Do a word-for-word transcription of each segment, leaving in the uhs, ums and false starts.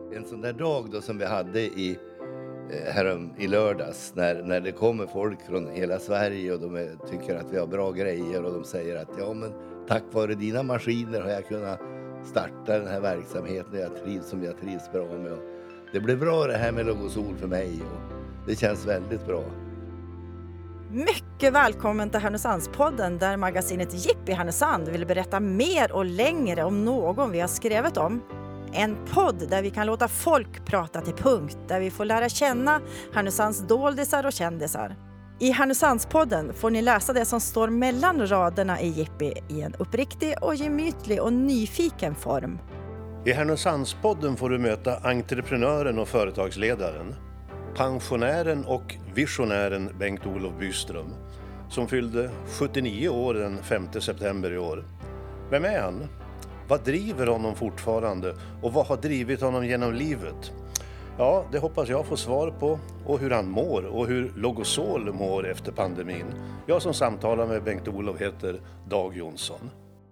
En sån där dag då som vi hade i, eh, härom, i lördags när, när det kommer folk från hela Sverige och de är, tycker att vi har bra grejer och de säger att ja men tack vare dina maskiner har jag kunnat starta den här verksamheten jag trivs, som jag trivs bra med. Och det blev bra det här med Logosol för mig och det känns väldigt bra. Mycket välkommen till Härnösandspodden där magasinet Jippi Härnösand vill berätta mer och längre om någon vi har skrivit om. En podd där vi kan låta folk prata till punkt, där vi får lära känna Härnösands doldisar och kändisar. I Härnösandspodden får ni läsa det som står mellan raderna i Jippi i en uppriktig och gemytlig och nyfiken form. I Härnösandspodden får du möta entreprenören och företagsledaren, pensionären och visionären Bengt-Olof Byström, som fyllde sjuttionio år den femte september i år. Vem är han? Vad driver honom fortfarande och vad har drivit honom genom livet? Ja, det hoppas jag få svar på, och hur han mår och hur Logosol mår efter pandemin. Jag som samtalar med Bengt-Olof heter Dag Jonsson.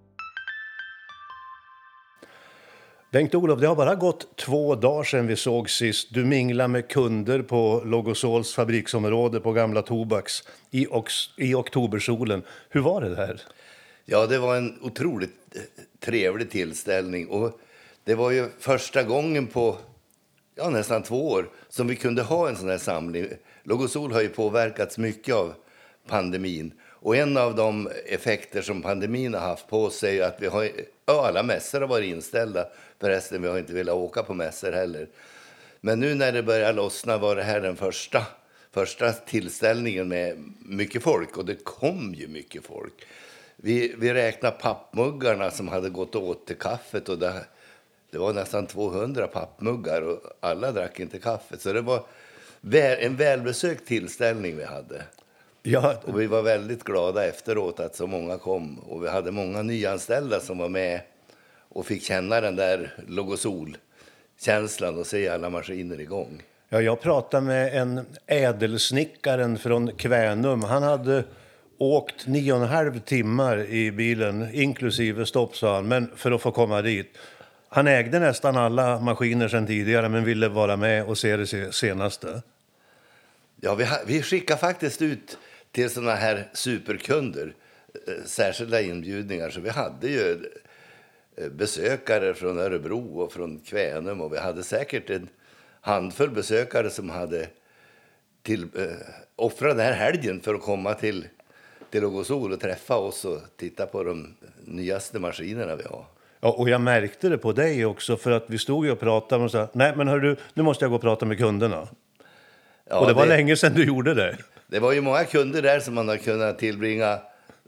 Bengt-Olof, det har bara gått två dagar sedan vi såg sist. Du minglar med kunder på Logosols fabriksområde på Gamla Tobaks i, ox- i oktobersolen. Hur var det där? Ja, det var en otroligt trevlig tillställning och det var ju första gången på ja, nästan två år som vi kunde ha en sån här samling. Logosol har ju påverkats mycket av pandemin och en av de effekter som pandemin har haft på sig är att vi har, ja, alla mässor har varit inställda. Förresten, vi har inte velat åka på mässor heller. Men nu när det börjar lossna var det här den första, första tillställningen med mycket folk, och det kom ju mycket folk. Vi, vi räknar pappmuggarna som hade gått åt till kaffet och det, det var nästan tvåhundra pappmuggar och alla drack inte kaffe. Så det var väl, en välbesökt tillställning vi hade. Ja. Och vi var väldigt glada efteråt att så många kom. Och vi hade många nyanställda som var med och fick känna den där Logosol-känslan och se alla maskiner igång. Ja, jag pratade med en ädelsnickaren från Kvänum. Han hade åkt nio och en halv timmar i bilen, inklusive stopp, sa han, men för att få komma dit. Han ägde nästan alla maskiner sedan tidigare men ville vara med och se det senaste. Ja, vi, vi skickar faktiskt ut till såna här superkunder särskilda inbjudningar. Så vi hade ju besökare från Örebro och från Kvänum och vi hade säkert en handfull besökare som hade till, äh, offrat den här helgen för att komma till till Logosol och träffa oss och titta på de nyaste maskinerna vi har. Ja, och jag märkte det på dig också, för att vi stod ju och pratade och sa, nej men hörru, nu måste jag gå och prata med kunderna. Ja, och det var det, länge sedan du gjorde det. Det var ju många kunder där som man har kunnat tillbringa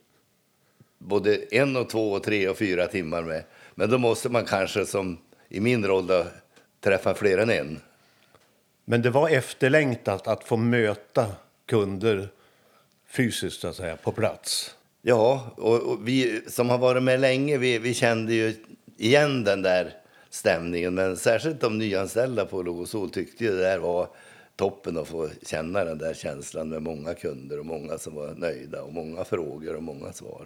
både en och två och tre och fyra timmar med. Men då måste man kanske som i min roll då, träffa fler än en. Men det var efterlängtat att få möta kunder fysiskt, så att säga, på plats. Ja, och, och vi som har varit med länge, vi, vi kände ju igen den där stämningen. Men särskilt de nyanställda på Logosol tyckte ju det där var toppen att få känna den där känslan med många kunder och många som var nöjda och många frågor och många svar.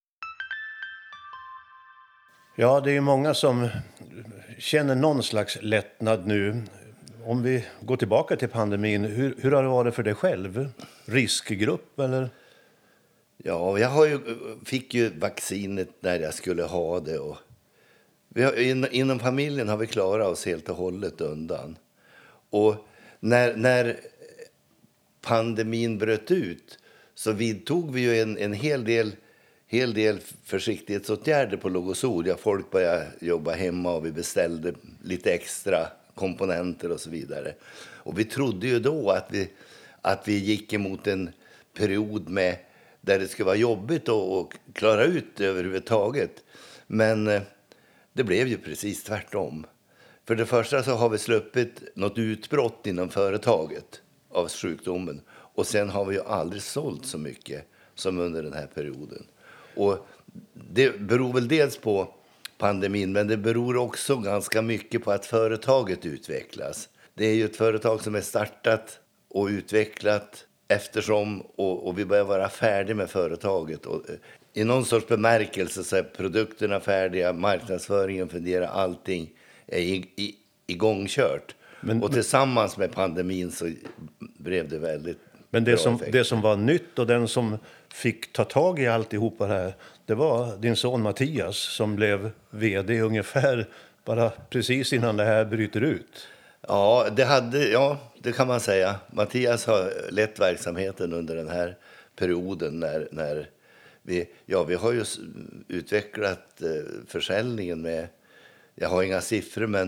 Ja, det är många som känner någon slags lättnad nu. Om vi går tillbaka till pandemin, hur, hur har det varit för dig själv? Riskgrupp eller? Ja, jag har ju, fick ju vaccinet när jag skulle ha det. Och vi har, in, inom familjen har vi klarat oss helt och hållet undan. Och när, när pandemin bröt ut så vidtog vi ju en, en hel del, hel del försiktighetsåtgärder på Logosol. Ja, folk började jobba hemma och vi beställde lite extra komponenter och så vidare. Och vi trodde ju då att vi, att vi gick emot en period med där det skulle vara jobbigt att, att klara ut överhuvudtaget. Men eh, det blev ju precis tvärtom. För det första så har vi sluppit något utbrott inom företaget av sjukdomen. Och sen har vi ju aldrig sålt så mycket som under den här perioden. Och det beror väl dels på pandemin, men det beror också ganska mycket på att företaget utvecklas. Det är ju ett företag som är startat och utvecklat eftersom, och, och vi börjar vara färdiga med företaget. Och, i någon sorts bemärkelse så är produkterna färdiga, marknadsföringen fungerar, allting är i, i, igångkört. Men- och tillsammans med pandemin så blev det väldigt Men det bra som, effekt. det som var nytt och den som fick ta tag i alltihopa det här, det var din son Mattias som blev vd ungefär bara precis innan det här bryter ut. Ja, det hade, ja, det kan man säga. Mattias har lett verksamheten under den här perioden när, när vi, ja, vi har ju s- utvecklat eh, försäljningen med, jag har inga siffror, men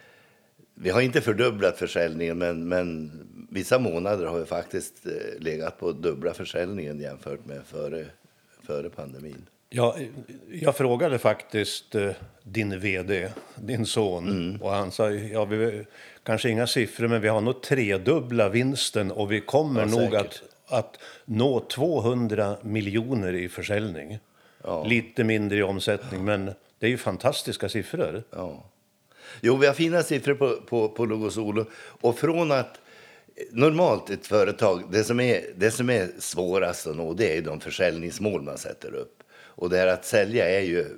vi har inte fördubblat försäljningen, men, men vissa månader har vi faktiskt eh, legat på dubbla försäljningen jämfört med före, före pandemin. Ja, jag frågade faktiskt eh, din vd, din son, Mm. och han sa, ja, vi, kanske inga siffror, men vi har nog tredubbla vinsten och vi kommer Ja, nog säkert. att, att nå tvåhundra miljoner i försäljning. Ja. Lite mindre i omsättning, men det är ju fantastiska siffror. Ja. Jo, vi har fina siffror på, på, på Logosolo. Och från att normalt ett företag, det som är, det som är svårast att nå, det är ju de försäljningsmål man sätter upp. Och det här att sälja är ju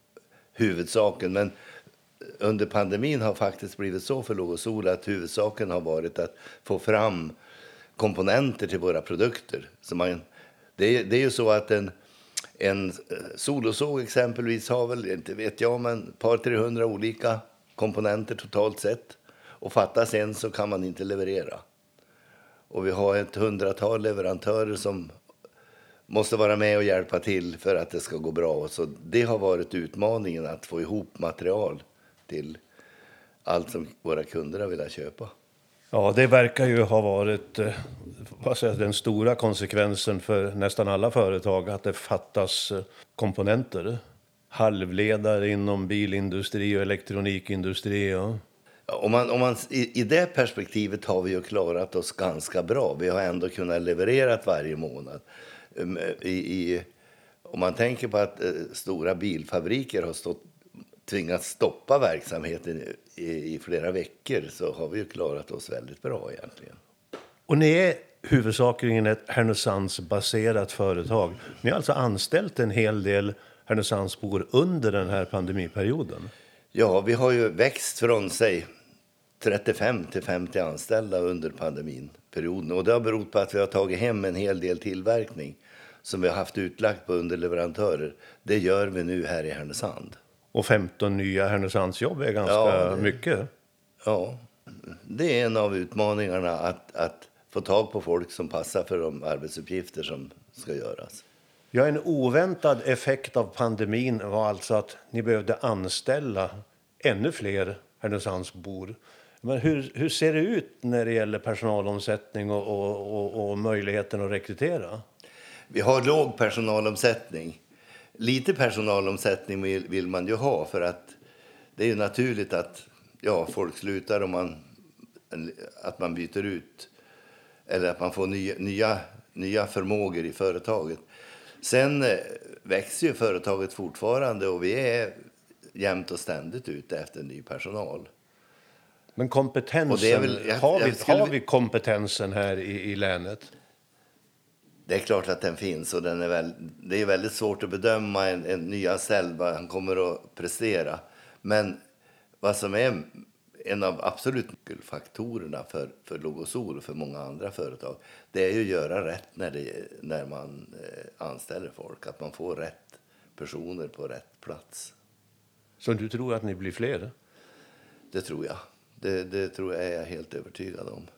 huvudsaken. Men under pandemin har faktiskt blivit så för Logosolo att huvudsaken har varit att få fram komponenter till våra produkter. Så man, det, är, det är ju så att en, en solosåg exempelvis har väl, inte vet jag, men ett par trehundra olika komponenter totalt sett. Och fattas en så kan man inte leverera. Och vi har ett hundratal leverantörer som måste vara med och hjälpa till för att det ska gå bra. Så det har varit utmaningen att få ihop material till allt som våra kunder har velat köpa. Ja, det verkar ju ha varit eh, vad säger jag, den stora konsekvensen för nästan alla företag, att det fattas eh, komponenter. Halvledare inom bilindustri och elektronikindustri. Ja. Ja, Om man, om man, i, I det perspektivet har vi ju klarat oss ganska bra. Vi har ändå kunnat leverera varje månad. Um, I, i, om man tänker på att eh, stora bilfabriker har stått, tvingats stoppa verksamheten i, i, i flera veckor, så har vi ju klarat oss väldigt bra egentligen. Och ni är huvudsakligen ett Härnösandsbaserat företag. Ni har alltså anställt en hel del Härnösandsbor under den här pandemiperioden. Ja, vi har ju växt från sig trettiofem till femtio anställda under pandeminperioden. Och det har berott på att vi har tagit hem en hel del tillverkning som vi har haft utlagt på underleverantörer. Det gör vi nu här i Härnösand. Och femton nya Härnösandsjobb är ganska Ja, det- mycket. Ja, det är en av utmaningarna att, att få tag på folk som passar för de arbetsuppgifter som ska göras. Ja, en oväntad effekt av pandemin var alltså att ni behövde anställa ännu fler Härnösandsbor. Men hur, hur ser det ut när det gäller personalomsättning och, och, och, och möjligheten att rekrytera? Vi har låg personalomsättning. Lite personalomsättning vill, vill man ju ha, för att det är ju naturligt att ja, folk slutar och man, att man byter ut eller att man får nya, nya, nya förmågor i företaget. Sen eh, växer ju företaget fortfarande och vi är jämt och ständigt ute efter ny personal. Men kompetensen, Och det är väl- jag- har, vi, jag skulle- har vi kompetensen här i, i länet? Det är klart att den finns och den är väl, det är väldigt svårt att bedöma en, en nyanställd vad han kommer att prestera. Men vad som är en av absolut nyckelfaktorerna för, för Logosol och för många andra företag, det är ju att göra rätt när, det, när man eh, anställer folk. Att man får rätt personer på rätt plats. Så du tror att ni blir fler? Det tror jag. Det, det tror jag är jag helt övertygad om.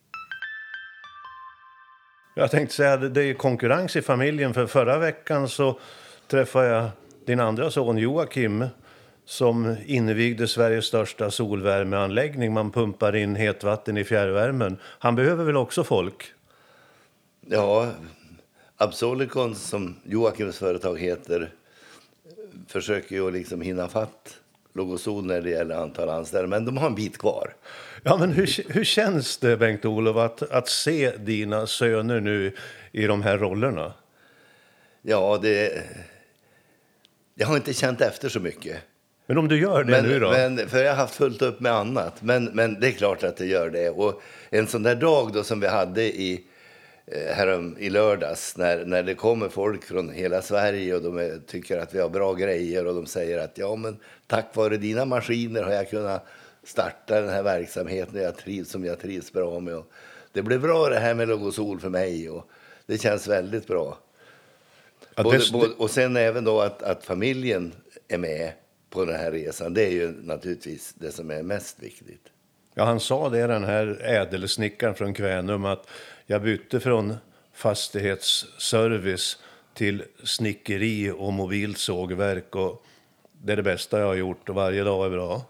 Jag tänkte säga att det är konkurrens i familjen. För förra veckan så träffade jag din andra son Joakim som invigde Sveriges största solvärmeanläggning. Man pumpar in hetvatten i fjärrvärmen. Han behöver väl också folk? Ja, Absolicon, som Joakims företag heter, försöker ju liksom hinna fatt Logosol när det gäller antal anställda. Men de har en bit kvar. Ja, men hur, hur känns det, Bengt-Olof, att, att se dina söner nu i de här rollerna? Ja, det... Jag har inte känt efter så mycket. Men om du gör det Men, nu då? men, för jag har haft fullt upp med annat. Men, men det är klart att det gör det. Och en sån där dag då som vi hade i, eh, härom, i lördags, när, när det kommer folk från hela Sverige och de är, tycker att vi har bra grejer och de säger att ja, men tack vare dina maskiner har jag kunnat starta den här verksamheten jag trivs, som jag trivs bra med. Och det blev bra det här med Logosol för mig och det känns väldigt bra. Ja, både, det... både, och sen även då att, att familjen är med på den här resan, det är ju naturligtvis det som är mest viktigt. Ja, han sa det, den här ädelsnickaren från Kvänum, att jag bytte från fastighetsservice till snickeri och mobilt sågverk, och det är det bästa jag har gjort och varje dag är bra.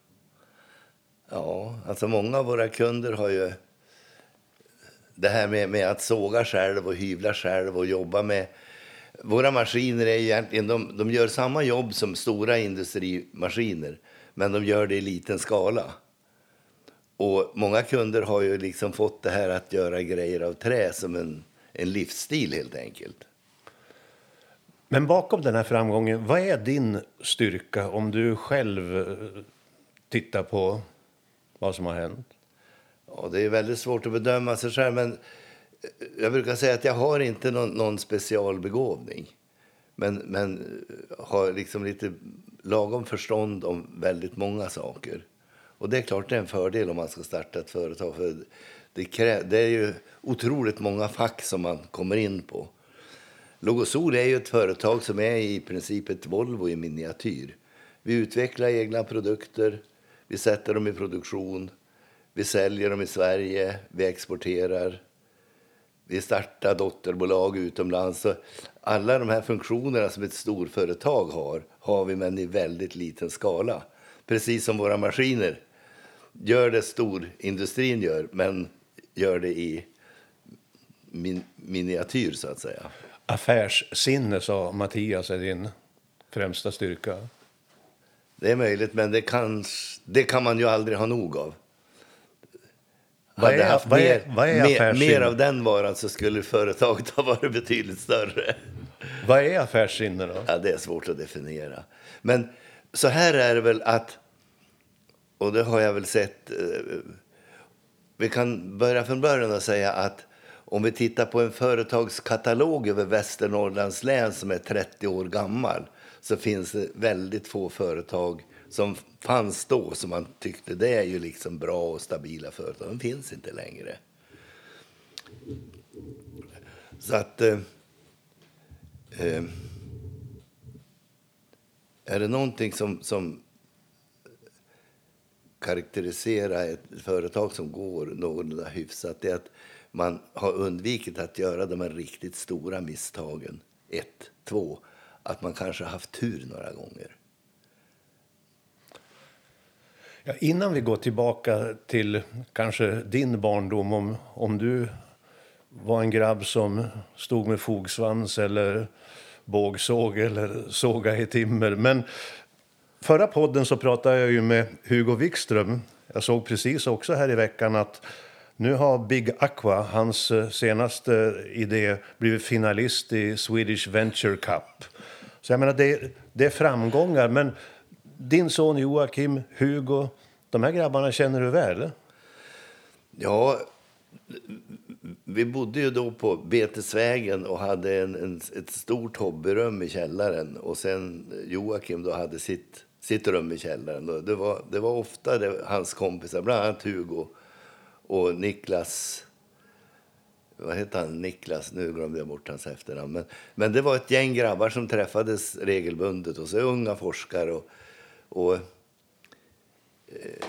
Ja, alltså många av våra kunder har ju det här med, med att såga själv och hyvla själv och jobba med. Våra maskiner är egentligen, de, de gör samma jobb som stora industrimaskiner, men de gör det i liten skala. Och många kunder har ju liksom fått det här att göra grejer av trä som en, en livsstil helt enkelt. Men bakom den här framgången, vad är din styrka om du själv tittar på vad som har hänt? Ja, det är väldigt svårt att bedöma sig själv, men jag brukar säga att jag har inte någon, någon specialbegåvning. Men, men har liksom lite lagom förstånd om väldigt många saker. Och det är klart det är en fördel om man ska starta ett företag. För det, krä, det är ju otroligt många fack som man kommer in på. Logosol är ju ett företag som är i princip ett Volvo i miniatyr. Vi utvecklar egna produkter, vi sätter dem i produktion, vi säljer dem i Sverige, vi exporterar, vi startar dotterbolag utomlands. Så alla de här funktionerna som ett storföretag har, har vi men i väldigt liten skala. Precis som våra maskiner gör det storindustrin gör, men gör det i min, miniatyr så att säga. Affärssinne, sa Mattias, är din främsta styrka. Det är möjligt, men det kan, det kan man ju aldrig ha nog av. Vad är, haft vad mer, är, vad är mer, affärssinne? mer av den varan så skulle företaget ha varit betydligt större. Vad är affärssinne då? Ja, det är svårt att definiera. Men så här är det väl att, och det har jag väl sett, vi kan börja från början och säga att om vi tittar på en företagskatalog över Västernorrlands län som är trettio år gammal, så finns det väldigt få företag som fanns då som man tyckte det är ju liksom bra och stabila företag. De finns inte längre. Så att eh, eh, är det någonting som, som karaktäriserar ett företag som går någorlunda hyfsat, det är att man har undvikit att göra de här riktigt stora misstagen. Ett. Två. Att man kanske har haft tur några gånger. Ja, innan vi går tillbaka till kanske din barndom, om, om du var en grabb som stod med fogsvans eller bågsåg eller såga i timmer. Men förra podden så pratade jag ju med Hugo Wikström. Jag såg precis också här i veckan att nu har Big Aqua, hans senaste idé, blivit finalist i Swedish Venture Cup. Så jag menar, det, det är framgångar. Men din son Joakim, Hugo, de här grabbarna känner du väl? Ja, vi bodde ju då på Betesvägen och hade en, en, ett stort hobbyrum i källaren. Och sen Joakim då hade sitt, sitt rum i källaren. Och det, var, det var ofta det, hans kompisar, bland annat Hugo och Niklas. Vad heter han? Niklas, nu glömde jag bort hans efternamn. Men, men det var ett gäng grabbar som träffades regelbundet. Och så unga forskare. Och, och eh,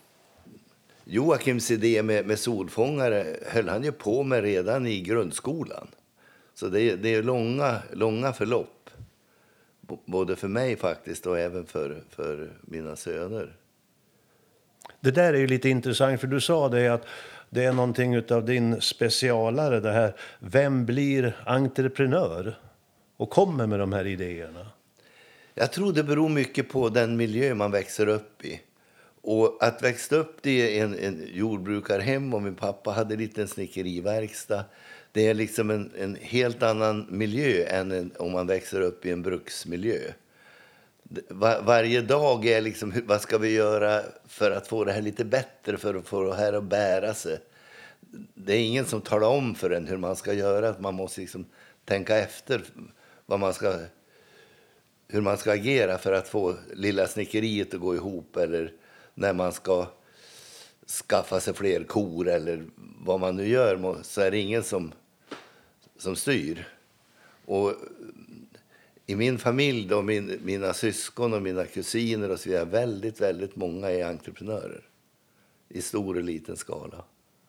Joakims idé med, med solfångare höll han ju på med redan i grundskolan. Så det är, det är långa, långa förlopp. B- både för mig faktiskt och även för, för mina söner. Det där är ju lite intressant, för du sa det att det är någonting av din specialare, det här. Vem blir entreprenör och kommer med de här idéerna? Jag tror det beror mycket på den miljö man växer upp i. Och att växa upp i en, en jordbrukarhem, och min pappa hade en liten snickeriverkstad. Det är liksom en, en helt annan miljö än en, om man växer upp i en bruksmiljö. Var, varje dag är liksom, vad ska vi göra för att få det här lite bättre, för att få det här att bära sig. Det är ingen som talar om för en hur man ska göra. Man måste liksom tänka efter vad man ska, hur man ska agera för att få lilla snickeriet att gå ihop, eller när man ska skaffa sig fler kor eller vad man nu gör, så är det ingen som, som styr. Och i min familj, då, min, mina syskon och mina kusiner och så vidare, väldigt, väldigt många är entreprenörer i stor och liten skala.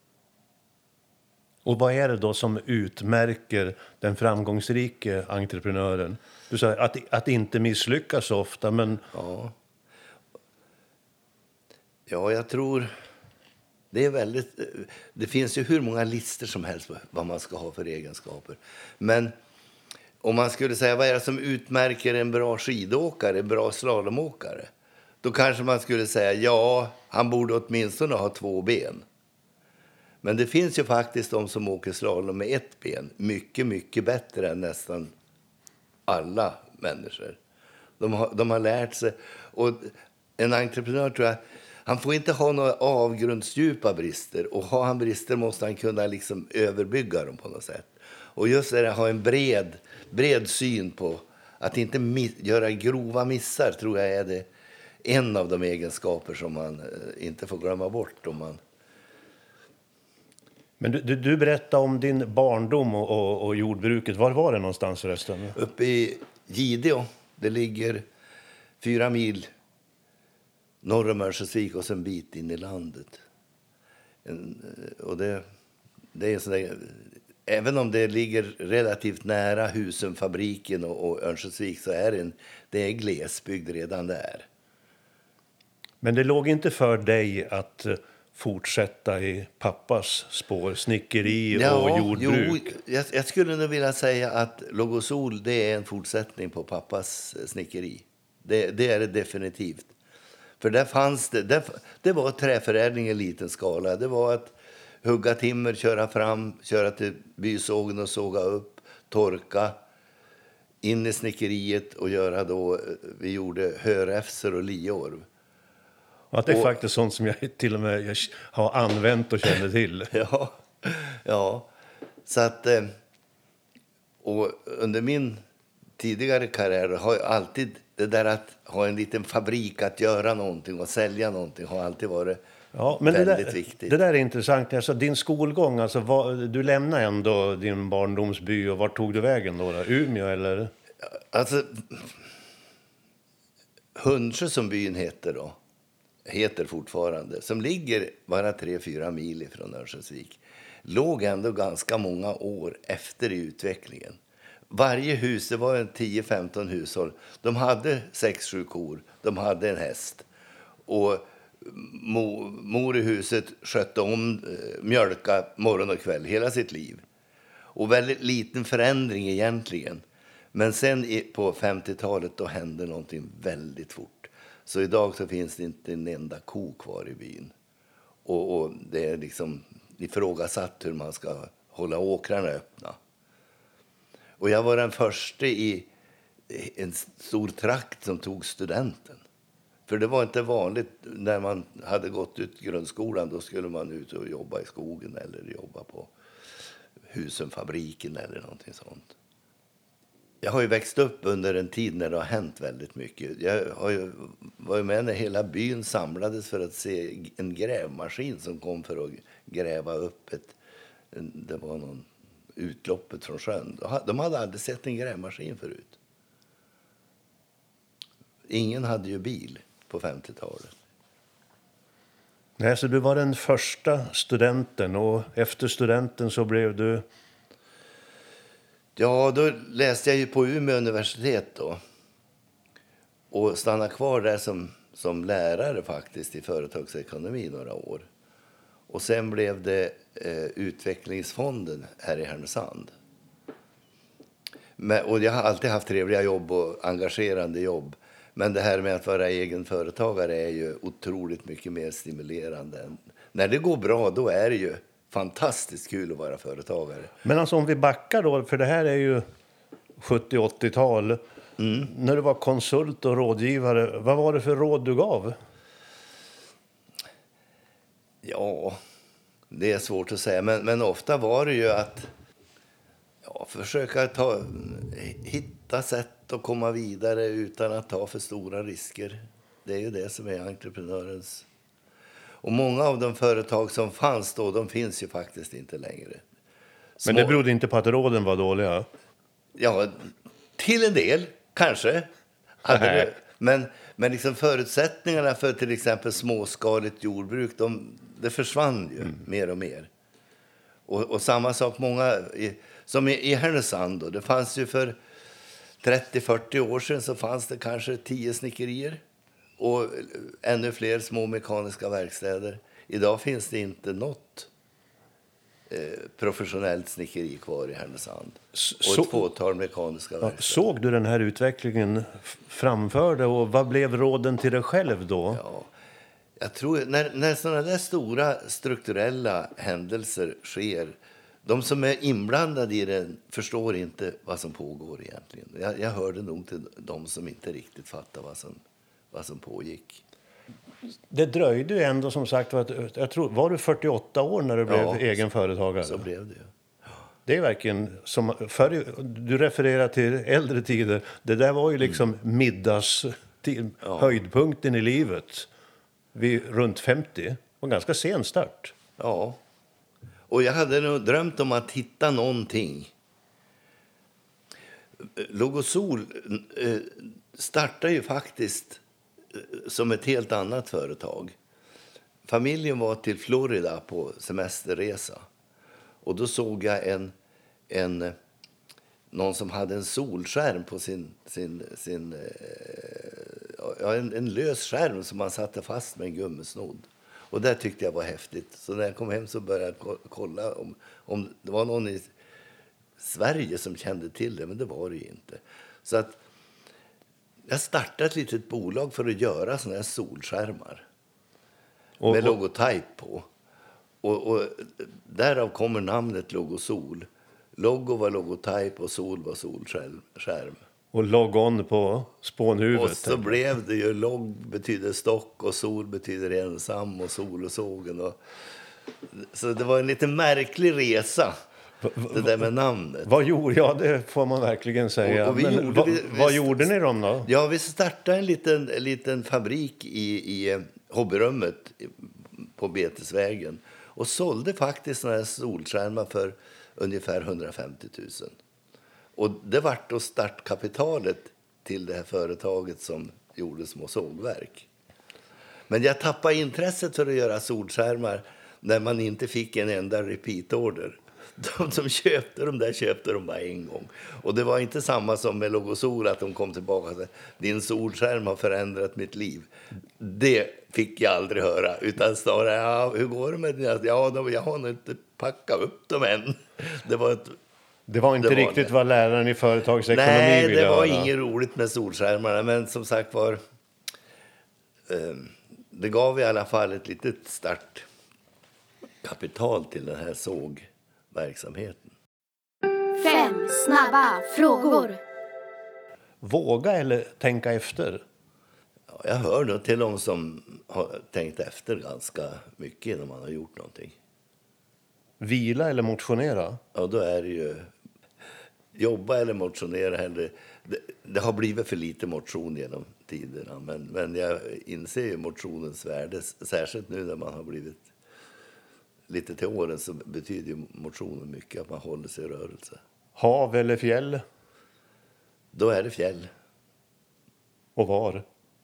Och vad är det då som utmärker den framgångsrike entreprenören? Du sa att, att inte misslyckas så ofta, men... Ja. ja, jag tror... Det är väldigt... Det finns ju hur många listor som helst på vad man ska ha för egenskaper. Men om man skulle säga vad är det som utmärker en bra skidåkare, en bra slalomåkare, då kanske man skulle säga ja, han borde åtminstone ha två ben. Men det finns ju faktiskt de som åker slalom med ett ben mycket, mycket bättre än nästan alla människor. De har, de har lärt sig. Och en entreprenör, tror jag, han får inte ha några avgrundsdjupa brister. Och har han brister måste han kunna liksom överbygga dem på något sätt. Och just det, att ha en bred, bred syn på att inte miss, göra grova missar, tror jag är det en av de egenskaper som man inte får glömma bort om man... Men du, du, du berättade om din barndom och, och, och jordbruket. Var var det någonstans förresten? Uppe i Gideå. Det ligger fyra mil norr om Örnsköldsvik och sen en bit in i landet. En, och det, det är en sån där, även om det ligger relativt nära Husumfabriken och, och Örnsköldsvik, så är det, en, det är glesbygd redan där. Men det låg inte för dig att fortsätta i pappas spår, snickeri ja, och jordbruk? Jo, jag, jag skulle nog vilja säga att Logosol, det är en fortsättning på pappas snickeri. Det, det är det definitivt. För där fanns det, där, det var träförädling i liten skala. Det var att hugga timmer, köra fram, köra till bysågen och såga upp, torka, in i snickeriet och göra då, vi gjorde höräfsor och liorv. Ja, det är och, faktiskt sånt som jag till och med har använt och känner till. ja, ja, så att, och under min tidigare karriär har jag alltid det där att ha en liten fabrik, att göra någonting och sälja någonting, har alltid varit ja, men väldigt det där, viktigt. Det där är intressant. Alltså, din skolgång, alltså, vad, du lämnade ändå din barndomsby, och vart tog du vägen då? då? Umeå eller? Alltså, Hundsjö som byn heter då, heter fortfarande, som ligger bara tre fyra mil ifrån Örnsköldsvik, låg ändå ganska många år efter i utvecklingen. Varje hus, det var en tio femton hushåll, de hade sex sju kor, de hade en häst. Och mo, mor i huset skötte om eh, mjölka morgon och kväll hela sitt liv. Och väldigt liten förändring egentligen. Men sen i, på femtiotalet då hände någonting väldigt fort. Så idag så finns det inte en enda ko kvar i byn. Och, och det är liksom ifrågasatt hur man ska hålla åkrarna öppna. Och jag var den första i en stor trakt som tog studenten. För det var inte vanligt när man hade gått ut grundskolan, då skulle man ut och jobba i skogen eller jobba på Husumfabriken eller någonting sånt. Jag har ju växt upp under en tid när det har hänt väldigt mycket. Jag har ju varit med när hela byn samlades för att se en grävmaskin som kom för att gräva upp ett, det var någon utloppet från sjön. De hade aldrig sett en grävmaskin förut. Ingen hade ju bil på femtiotalet. Nej, så du var den första studenten, och efter studenten så blev du... Ja, då läste jag ju på Umeå universitet då. Och stannade kvar där som, som lärare faktiskt i företagsekonomi några år. Och sen blev det eh, utvecklingsfonden här i Härnösand. Men, och jag har alltid haft trevliga jobb och engagerande jobb. Men det här med att vara egen företagare är ju otroligt mycket mer stimulerande. När det går bra, då är det ju fantastiskt kul att vara företagare. Men alltså om vi backar då, för det här är ju sjuttio åttiotal. Mm. När du var konsult och rådgivare, vad var det för råd du gav? Ja, det är svårt att säga. Men, men ofta var det ju att ja, försöka ta, hitta sätt att komma vidare utan att ta för stora risker. Det är ju det som är entreprenörens Och många av de företag som fanns då, de finns ju faktiskt inte längre. Små... Men det berodde inte på att råden var dåliga? Ja, till en del, kanske. Hade det... Men, men liksom förutsättningarna för till exempel småskaligt jordbruk, de, det försvann ju mm. mer och mer. Och, och samma sak många, i, som i, i Härnösand då, det fanns ju för trettio till fyrtio år sedan så fanns det kanske tio snickerier och ännu fler små mekaniska verkstäder. Idag finns det inte något eh, professionellt snickeri kvar i Härnösand. Och ett fåtal mekaniska verkstäder. Såg du den här utvecklingen framför dig och vad blev råden till dig själv då? Ja, jag tror när, när sådana där stora strukturella händelser sker, de som är inblandade i det förstår inte vad som pågår egentligen. Jag, jag hörde nog till de som inte riktigt fattar vad som, vad som pågick. Det dröjde ju ändå som sagt, jag tror, var du fyrtioåtta år när du blev ja, egen företagare? Så blev det. Det är verkligen som förr, du refererar till äldre tider. Det där var ju liksom mm. middags till, ja. höjdpunkten i livet. Vid runt femtio. Och ganska sen start. Ja. Och jag hade nog drömt om att hitta någonting. Logosol eh, startade ju faktiskt eh, som ett helt annat företag. Familjen var till Florida på semesterresa. Och då såg jag en, en, någon som hade en solskärm på sin, sin, sin ja, en, en lös skärm som man satte fast med en gummisnodd. Och det tyckte jag var häftigt. Så när jag kom hem så började jag kolla om, om det var någon i Sverige som kände till det, men det var det ju inte. Så att jag startade ett litet bolag för att göra såna här solskärmar. Och, med logotyp på. Och, och därav kommer namnet Logosol. Logo var logotyp och sol var solskärm. Och logon på spånhuvudet. Och så blev det ju logg betyder stock och sol betyder ensam och sol och sågen. Och, så det var en lite märklig resa, va, va, det där med namnet. Vad gjorde, ja, det får man verkligen säga. Och, och vi Men, gjorde, va, vi, vad vi, gjorde ni dem då? Ja, vi startade en liten, en liten fabrik i, i hobbyrummet på Betesvägen. Och sålde faktiskt såna här solskärmar för ungefär hundrafemtio tusen. Och det var då startkapitalet till det här företaget som gjorde små sågverk. Men jag tappade intresset för att göra solskärmar när man inte fick en enda repeat-order. De som köpte dem där köpte de bara en gång. Och det var inte samma som med Logosol att de kom tillbaka och sa din solskärm har förändrat mitt liv. Det fick jag aldrig höra. Utan snarare, ja, hur går det med det? Ja, de, jag har nog inte packat upp dem än. Det var, ett, det var inte det riktigt var vad läraren i företagsekonomi Nej, ville det var höra. inget roligt med solskärmarna. Men som sagt var, eh, det gav i alla fall ett litet startkapital till den här såg. Verksamheten. Fem snabba frågor. Våga eller tänka efter? Ja, jag hör nog till de som har tänkt efter ganska mycket innan man har gjort någonting. Vila eller motionera? Ja, då är det ju jobba eller motionera. Eller, det, det har blivit för lite motion genom tiderna. Men, men jag inser ju motionens värde. Särskilt nu när man har blivit lite till åren så betyder ju motionen mycket att man håller sig i rörelse. Hav eller fjäll? Då är det fjäll. Och var?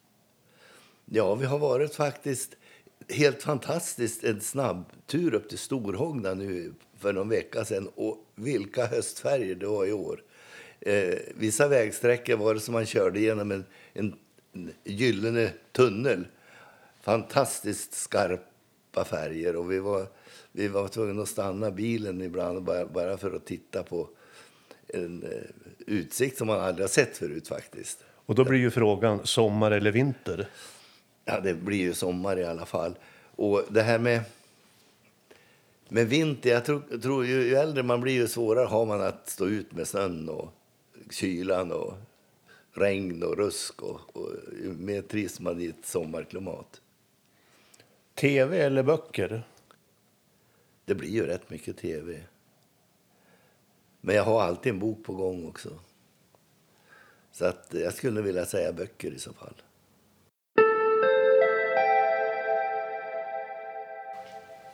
Ja, vi har varit faktiskt helt fantastiskt en snabbtur upp till Storhogna nu för någon vecka sedan. Och vilka höstfärger det var i år. Eh, vissa vägsträckor var det som man körde genom en, en, en gyllene tunnel. Fantastiskt skarpa färger och vi var... Vi var tvungna att stanna bilen ibland bara, bara för att titta på en eh, utsikt som man aldrig har sett förut faktiskt. Och då blir ju frågan sommar eller vinter? Ja, det blir ju sommar i alla fall. Och det här med, med vinter, jag tror, tror ju, ju äldre man blir ju svårare har man att stå ut med snön och kylan och regn och rusk. Och, och ju mer trivs man i ett sommarklimat. Tv eller böcker? Det blir ju rätt mycket tv. Men jag har alltid en bok på gång också. Så att jag skulle vilja säga böcker i så fall.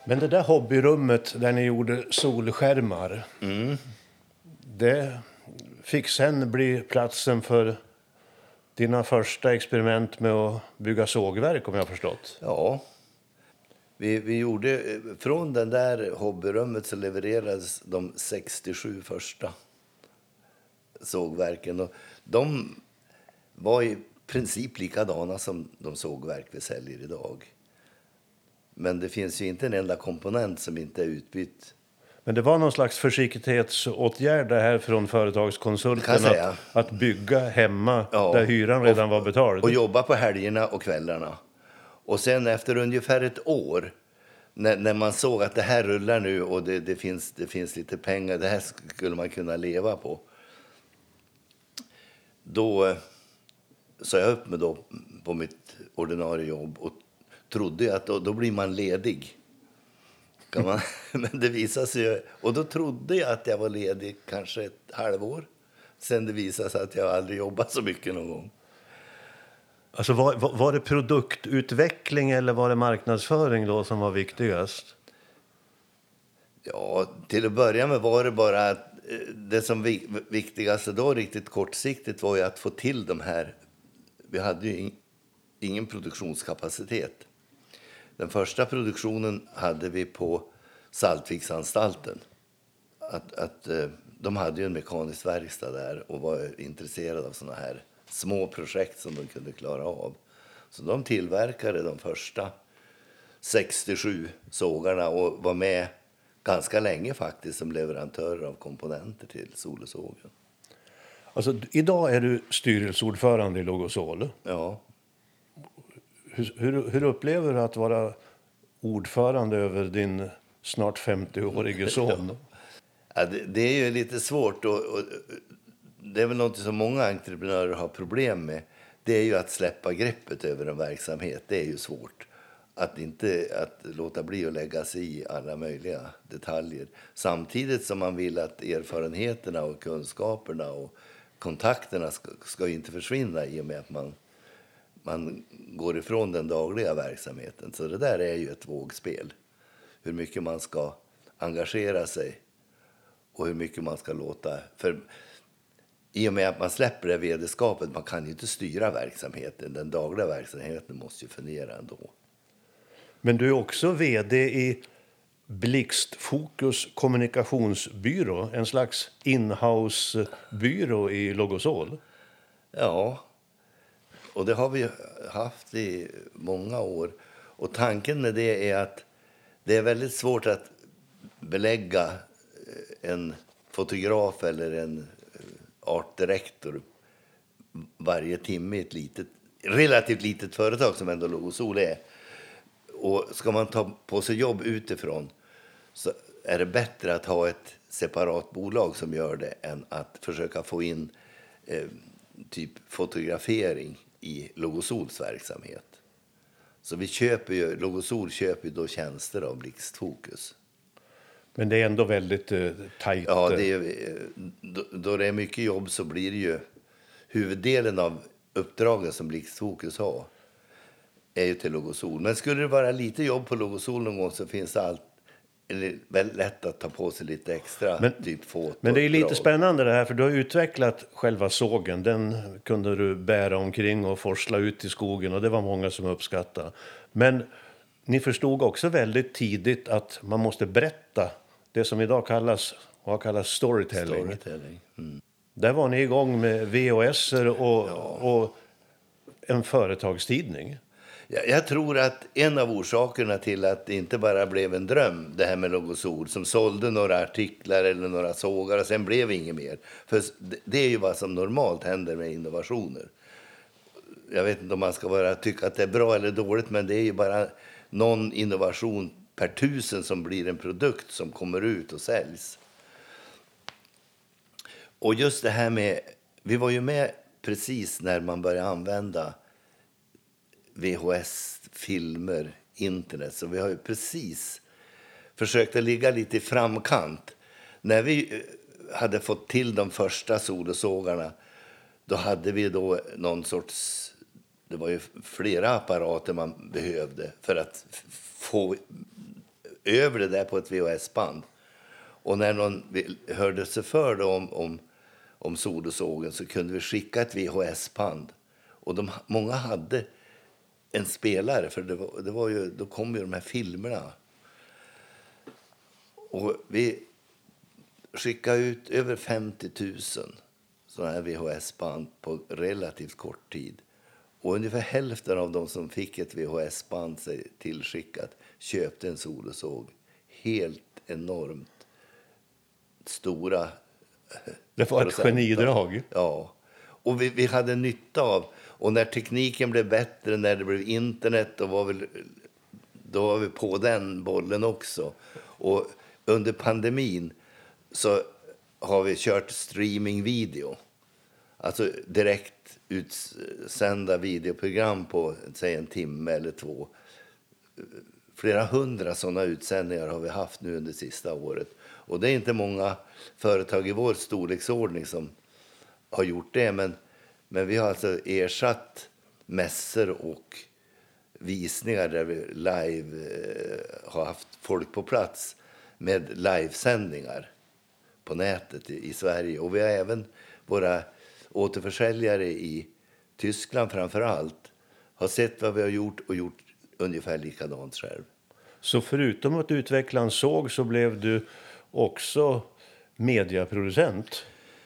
Men det där hobbyrummet där ni gjorde solskärmar, mm. det fick sen bli platsen för dina första experiment med att bygga sågverk, om jag har förstått. Ja, vi, vi gjorde, från den där hobbyrummet så levererades de sextiosju första sågverken. Och de var i princip likadana som de sågverk vi säljer idag. Men det finns ju inte en enda komponent som inte är utbytt. Men det var någon slags försiktighetsåtgärd det här från företagskonsulten att, att bygga hemma, ja, där hyran redan och, var betald. Och jobba på helgerna och kvällarna. Och sen efter ungefär ett år, när, när man såg att det här rullar nu och det, det, finns, det finns lite pengar, det här skulle man kunna leva på. Då sa jag upp mig då på mitt ordinarie jobb och trodde att då, då blir man ledig. Kan man, men det visade sig, och då trodde jag att jag var ledig kanske ett halvår. Sen det visade sig att jag aldrig jobbat så mycket någon gång. Alltså var, var det produktutveckling eller var det marknadsföring då som var viktigast? Ja, till att börja med var det bara att det som viktigaste då riktigt kortsiktigt var ju att få till de här. Vi hade ju ingen produktionskapacitet. Den första produktionen hade vi på Saltviksanstalten. Att, att, de hade ju en mekanisk verkstad där och var intresserade av såna här små projekt som de kunde klara av. Så de tillverkade de första sextiosju sågarna och var med ganska länge faktiskt som leverantörer av komponenter till Solosågen. Alltså, idag är du styrelseordförande i Logosol. Ja. Hur, hur, hur upplever du att vara ordförande över din snart femtioårige son? Ja, det, det är ju lite svårt och, och det är väl något som många entreprenörer har problem med. Det är ju att släppa greppet över en verksamhet. Det är ju svårt. Att inte att låta bli att lägga sig i alla möjliga detaljer. Samtidigt som man vill att erfarenheterna och kunskaperna och kontakterna ska, ska inte försvinna i och med att man, man går ifrån den dagliga verksamheten. Så det där är ju ett vågspel. Hur mycket man ska engagera sig och hur mycket man ska låta. För i och med att man släpper det vederskapet, man kan ju inte styra verksamheten. Den dagliga verksamheten måste ju fungera ändå. Men du är också vd i Blixtfokus kommunikationsbyrå, en slags inhouse-byrå i Logosol. Ja, och det har vi haft i många år. Och tanken med det är att det är väldigt svårt att belägga en fotograf eller en artdirektor varje timme i ett litet, relativt litet företag som ändå Logosol är. Och ska man ta på sig jobb utifrån så är det bättre att ha ett separat bolag som gör det än att försöka få in eh, typ fotografering i Logosols verksamhet. Så vi köper ju, Logosol köper ju då tjänster av Blixtfokus. Men det är ändå väldigt eh, tajt. Ja, det är, då, då det är mycket jobb så blir det ju huvuddelen av uppdragen som Blixtfokus har är ju till Logosol. Men skulle det vara lite jobb på Logosol någon gång så finns det allt väldigt lätt att ta på sig lite extra. Men, typ foto. Men det är lite spännande det här, för du har utvecklat själva sågen. Den kunde du bära omkring och forsla ut i skogen och det var många som uppskattade. Men ni förstod också väldigt tidigt att man måste berätta det som idag kallas, och kallas storytelling. storytelling. Mm. Där var ni igång med V H S och, ja. och en företagstidning. Jag tror att en av orsakerna till att det inte bara blev en dröm, det här med Logosol, som sålde några artiklar eller några sågar och sen blev inget mer. För det är ju vad som normalt händer med innovationer. Jag vet inte om man ska vara, tycka att det är bra eller dåligt, men det är ju bara någon innovation per tusen som blir en produkt som kommer ut och säljs. Och just det här med, vi var ju med precis när man började använda V H S-filmer, internet. Så vi har ju precis försökt att ligga lite i framkant. När vi hade fått till de första solosågarna, då hade vi då någon sorts, det var ju flera apparater man behövde för att få över det där på ett V H S-band. Och när någon hörde sig för då om, om, om solosågen så kunde vi skicka ett V H S-band. Och de, många hade en spelare, för det var, det var ju, då kom ju de här filmerna. Och vi skickade ut över femtio tusen sådana här V H S-band på relativt kort tid. Och ungefär hälften av de som fick ett V H S-band sig tillskickat köpte en solosåg. Helt enormt stora. Det var ett genidrag. Ja, och vi, vi hade nytta av. Och när tekniken blev bättre, när det blev internet, då var vi, då var vi på den bollen också. Och under pandemin så har vi kört streamingvideo. Alltså direkt utsända videoprogram på säg en timme eller två. Flera hundra sådana utsändningar har vi haft nu under sista året. Och det är inte många företag i vår storleksordning som har gjort det. Men, men vi har alltså ersatt mässor och visningar där vi live eh, har haft folk på plats med livesändningar på nätet i, i Sverige. Och vi har även våra återförsäljare i Tyskland framför allt har sett vad vi har gjort och gjort ungefär likadant själv. Så förutom att utveckla en såg så blev du också mediaproducent?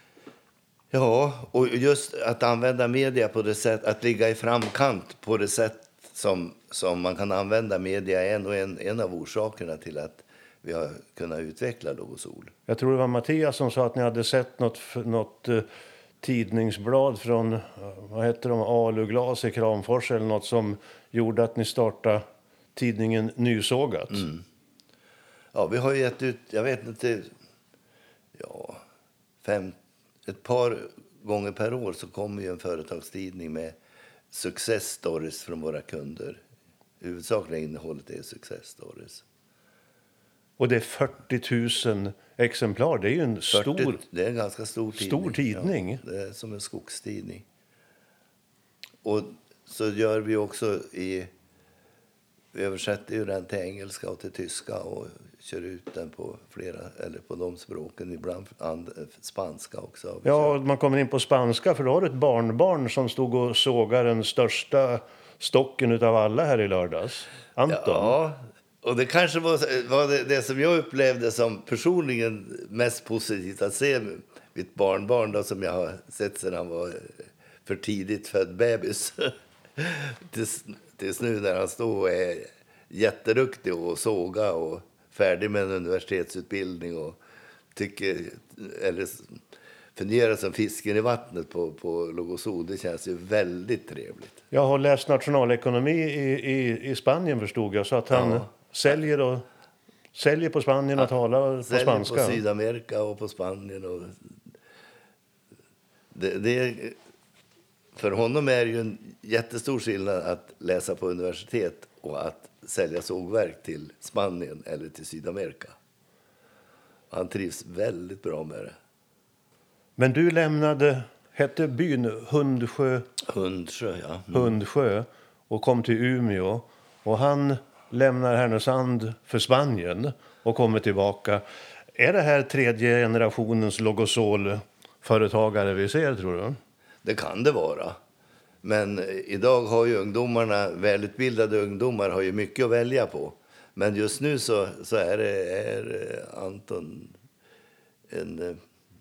Ja, och just att använda media på det sätt, att ligga i framkant på det sätt som, som man kan använda media är nog en, en av orsakerna till att vi har kunnat utveckla Logosol. Jag tror det var Mattias som sa att ni hade sett något, något uh, tidningsblad från, uh, vad heter de, Aluglas i Kramfors eller något som gjorde att ni startade tidningen Nysågat. Mm. Ja, vi har gett ut, jag vet inte, ja, fem, ett par gånger per år så kommer ju en företagstidning med success stories från våra kunder. Huvudsakliga innehållet är success stories. Och det är fyrtio tusen exemplar. Det är ju en stor, fyrtio, det är en ganska stor tidning. Stor tidning. Ja, det är som en skogstidning. Och så gör vi också i... Vi översätter ju den till engelska och till tyska och kör ut den på flera, eller på de språken, ibland and, spanska också. Ja, man kommer in på spanska för då har du ett barnbarn som stod och sågar den största stocken utav alla här i lördags. Anton. Ja, och det kanske var, var det, det som jag upplevde som personligen mest positivt att se mitt barnbarn då, som jag har sett sedan han var för tidigt född bebis. tills, tills nu när han står och är jätteduktig och såga och färdig med en universitetsutbildning och tycker, eller fungerar som fisken i vattnet på, på Logosol. Det känns ju väldigt trevligt. Jag har läst nationalekonomi i, i, i Spanien förstod jag, så att han ja. säljer, och, säljer på Spanien och ja. talar på säljer spanska. Säljer på Sydamerika och på Spanien. Och det, det, för honom är det ju en jättestor skillnad att läsa på universitet och att sälja sågverk till Spanien eller till Sydamerika. Han trivs väldigt bra med det. Men du lämnade, hette byn Hundsjö? Hundsjö, ja. Mm. Hundsjö och kom till Umeå. Och han lämnar Härnösand för Spanien och kommer tillbaka. Är det här tredje generationens Logosol-företagare vi ser, tror du? Det kan det vara. Men idag har ju ungdomarna, välutbildade ungdomar, har ju mycket att välja på. Men just nu så, så är, det, är Anton en...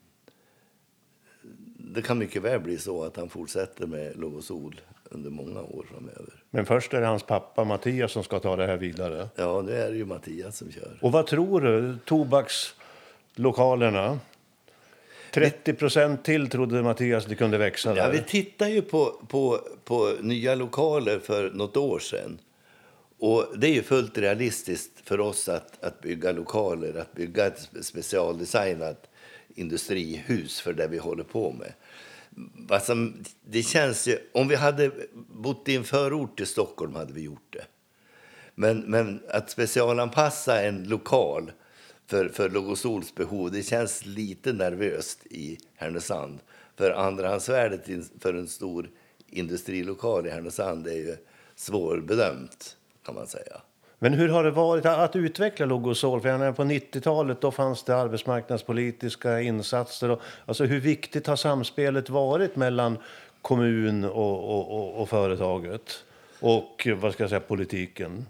Det kan mycket väl bli så att han fortsätter med Logosol under många år framöver. Men först är det hans pappa Mattias som ska ta det här vidare. Ja, det är ju Mattias som kör. Och vad tror du? Tobakslokalerna? trettio procent till trodde Mattias det kunde växa där. Ja, vi tittar ju på, på, på nya lokaler för något år sedan. Och det är ju fullt realistiskt för oss att, att bygga lokaler, att bygga ett specialdesignat industrihus för det vi håller på med. Alltså, det känns ju, om vi hade bott i en förort i Stockholm hade vi gjort det. Men, men att specialanpassa en lokal för, för Logosols behov, det känns lite nervöst i Härnösand. För andrahandsvärdet för en stor industrilokal i Härnösand är ju svårbedömt, kan man säga. Men hur har det varit att utveckla Logosol? För jag menar, på nittiotalet då fanns det arbetsmarknadspolitiska insatser. Och, alltså hur viktigt har samspelet varit mellan kommun och, och, och, och företaget? Och vad ska jag säga, politiken?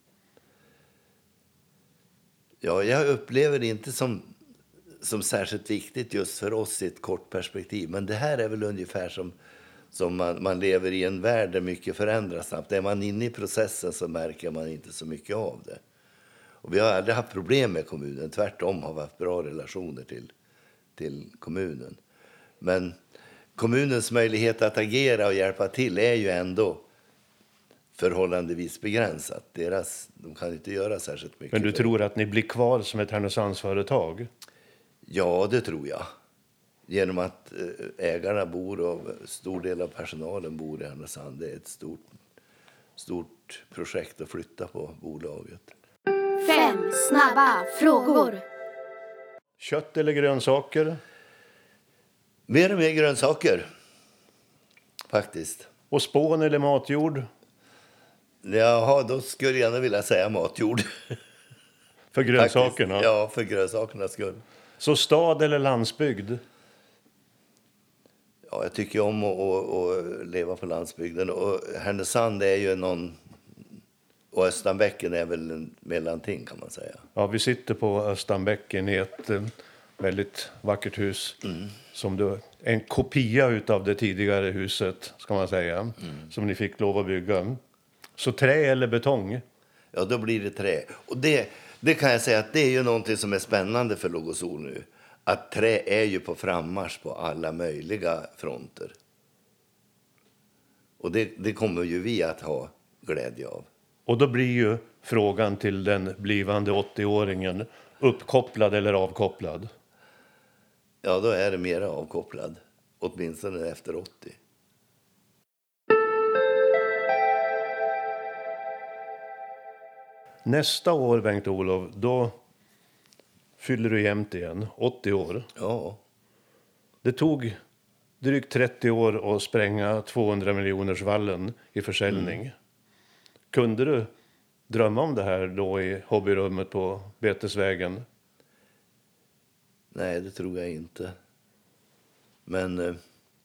Ja, jag upplever det inte som, som särskilt viktigt just för oss i ett kort perspektiv. Men det här är väl ungefär som, som man, man lever i en värld där mycket förändras snabbt. Är man inne i processen så märker man inte så mycket av det. Och vi har aldrig haft problem med kommunen. Tvärtom har vi haft bra relationer till, till kommunen. Men kommunens möjlighet att agera och hjälpa till är ju ändå förhållandevis begränsat. Deras, de kan inte göra särskilt mycket. Men du tror att ni blir kvar som ett Härnösandsföretag? Ja, det tror jag. Genom att ägarna bor och stor del av personalen bor i Härnösand. Det är ett stort, stort projekt att flytta på bolaget. Fem snabba frågor. Kött eller grönsaker? Mer och mer grönsaker, faktiskt. Och spån eller matjord? Jaha, då skulle jag gärna vilja säga matjord. För grönsakerna? Faktiskt. Ja, för grönsakernas skull. Så stad eller landsbygd? Ja, jag tycker om att, att, att leva på landsbygden. Och Härnösand är ju någon... Och Östanbäcken är väl en mellanting, kan man säga. Ja, vi sitter på Östanbäcken i ett eh, väldigt vackert hus. Mm. Som du, en kopia utav det tidigare huset, ska man säga. Mm. Som ni fick lov att bygga. Så trä eller betong? Ja, då blir det trä. Och det, det kan jag säga att det är ju någonting som är spännande för Logosol nu. Att trä är ju på frammarsch på alla möjliga fronter. Och det, det kommer ju vi att ha glädje av. Och då blir ju frågan till den blivande åttioåringen uppkopplad eller avkopplad? Ja, då är det mera avkopplad. Åtminstone efter åttio. Nästa år, Bengt-Olof, då fyller du jämnt igen, åttio år. Ja. Det tog drygt trettio år att spränga tvåhundra miljoners vallen i försäljning. Mm. Kunde du drömma om det här då i hobbyrummet på Betesvägen? Nej, det tror jag inte. Men eh,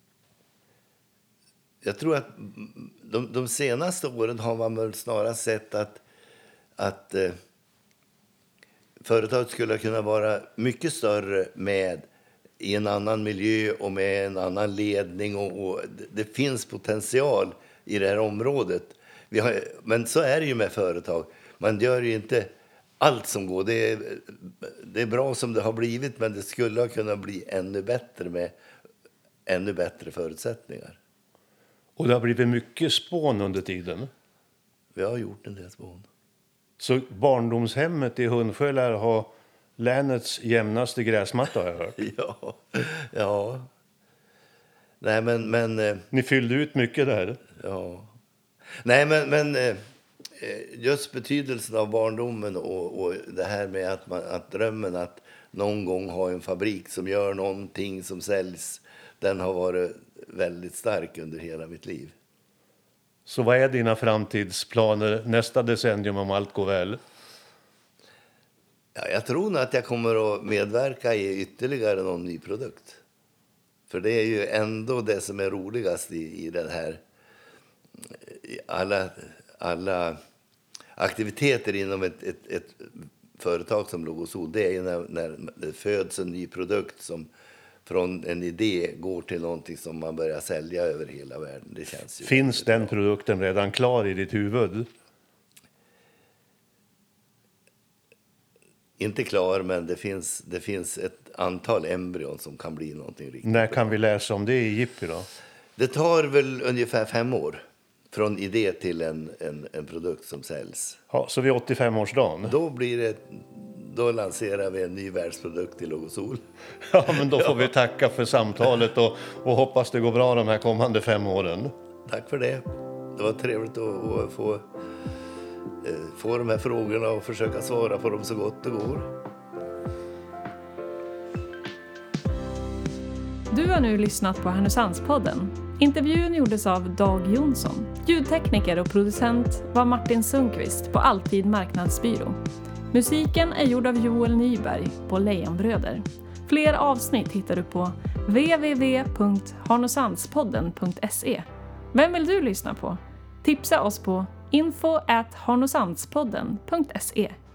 jag tror att de, de senaste åren har man väl snarare sett att, att eh, företaget skulle kunna vara mycket större med i en annan miljö och med en annan ledning. Och, och det finns potential i det här området. Vi har, men så är det ju med företag. Man gör ju inte allt som går. Det är, det är bra som det har blivit, men det skulle kunna bli ännu bättre med ännu bättre förutsättningar. Och det har blivit mycket spån under tiden? Vi har gjort en del spån. Så barndomshemmet i Hundsjö lär ha länets jämnaste gräsmatta, har jag hört. Ja, ja. Nej, men... men Ni fyllde ut mycket där. Ja. Nej, men, men just betydelsen av barndomen och, och det här med att, man, att drömmen att någon gång ha en fabrik som gör någonting som säljs, den har varit väldigt stark under hela mitt liv. Så vad är dina framtidsplaner nästa decennium om allt går väl? Ja, jag tror nog att jag kommer att medverka i ytterligare någon ny produkt. För det är ju ändå det som är roligast i, i den här... I alla, alla aktiviteter inom ett, ett, ett företag som Logosol, det är ju när, när det föds en ny produkt som från en idé går till någonting som man börjar sälja över hela världen. Det känns ju. Finns den bra. Produkten redan klar i ditt huvud? Inte klar, men det finns, det finns ett antal embryon som kan bli någonting riktigt. När bra. kan vi läsa om det i Jippi då? Det tar väl ungefär fem år. Från idé till en, en, en produkt som säljs. Ja, så vid åttiofemårsdagen? Då, blir det, då lanserar vi en ny världsprodukt i Logosol. Ja, men då får vi tacka för samtalet och, och hoppas det går bra de här kommande fem åren. Tack för det. Det var trevligt att, att få, eh, få de här frågorna och försöka svara på dem så gott det går. Du har nu lyssnat på Härnösandspodden. Intervjun gjordes av Dag Jonsson. Ljudtekniker och producent var Martin Sundqvist på Alltid Marknadsbyrå. Musiken är gjord av Joel Nyberg på Lejonbröder. Fler avsnitt hittar du på w w w punkt harnosandspodden punkt se. Vem vill du lyssna på? Tipsa oss på info at harnosandspodden punkt se.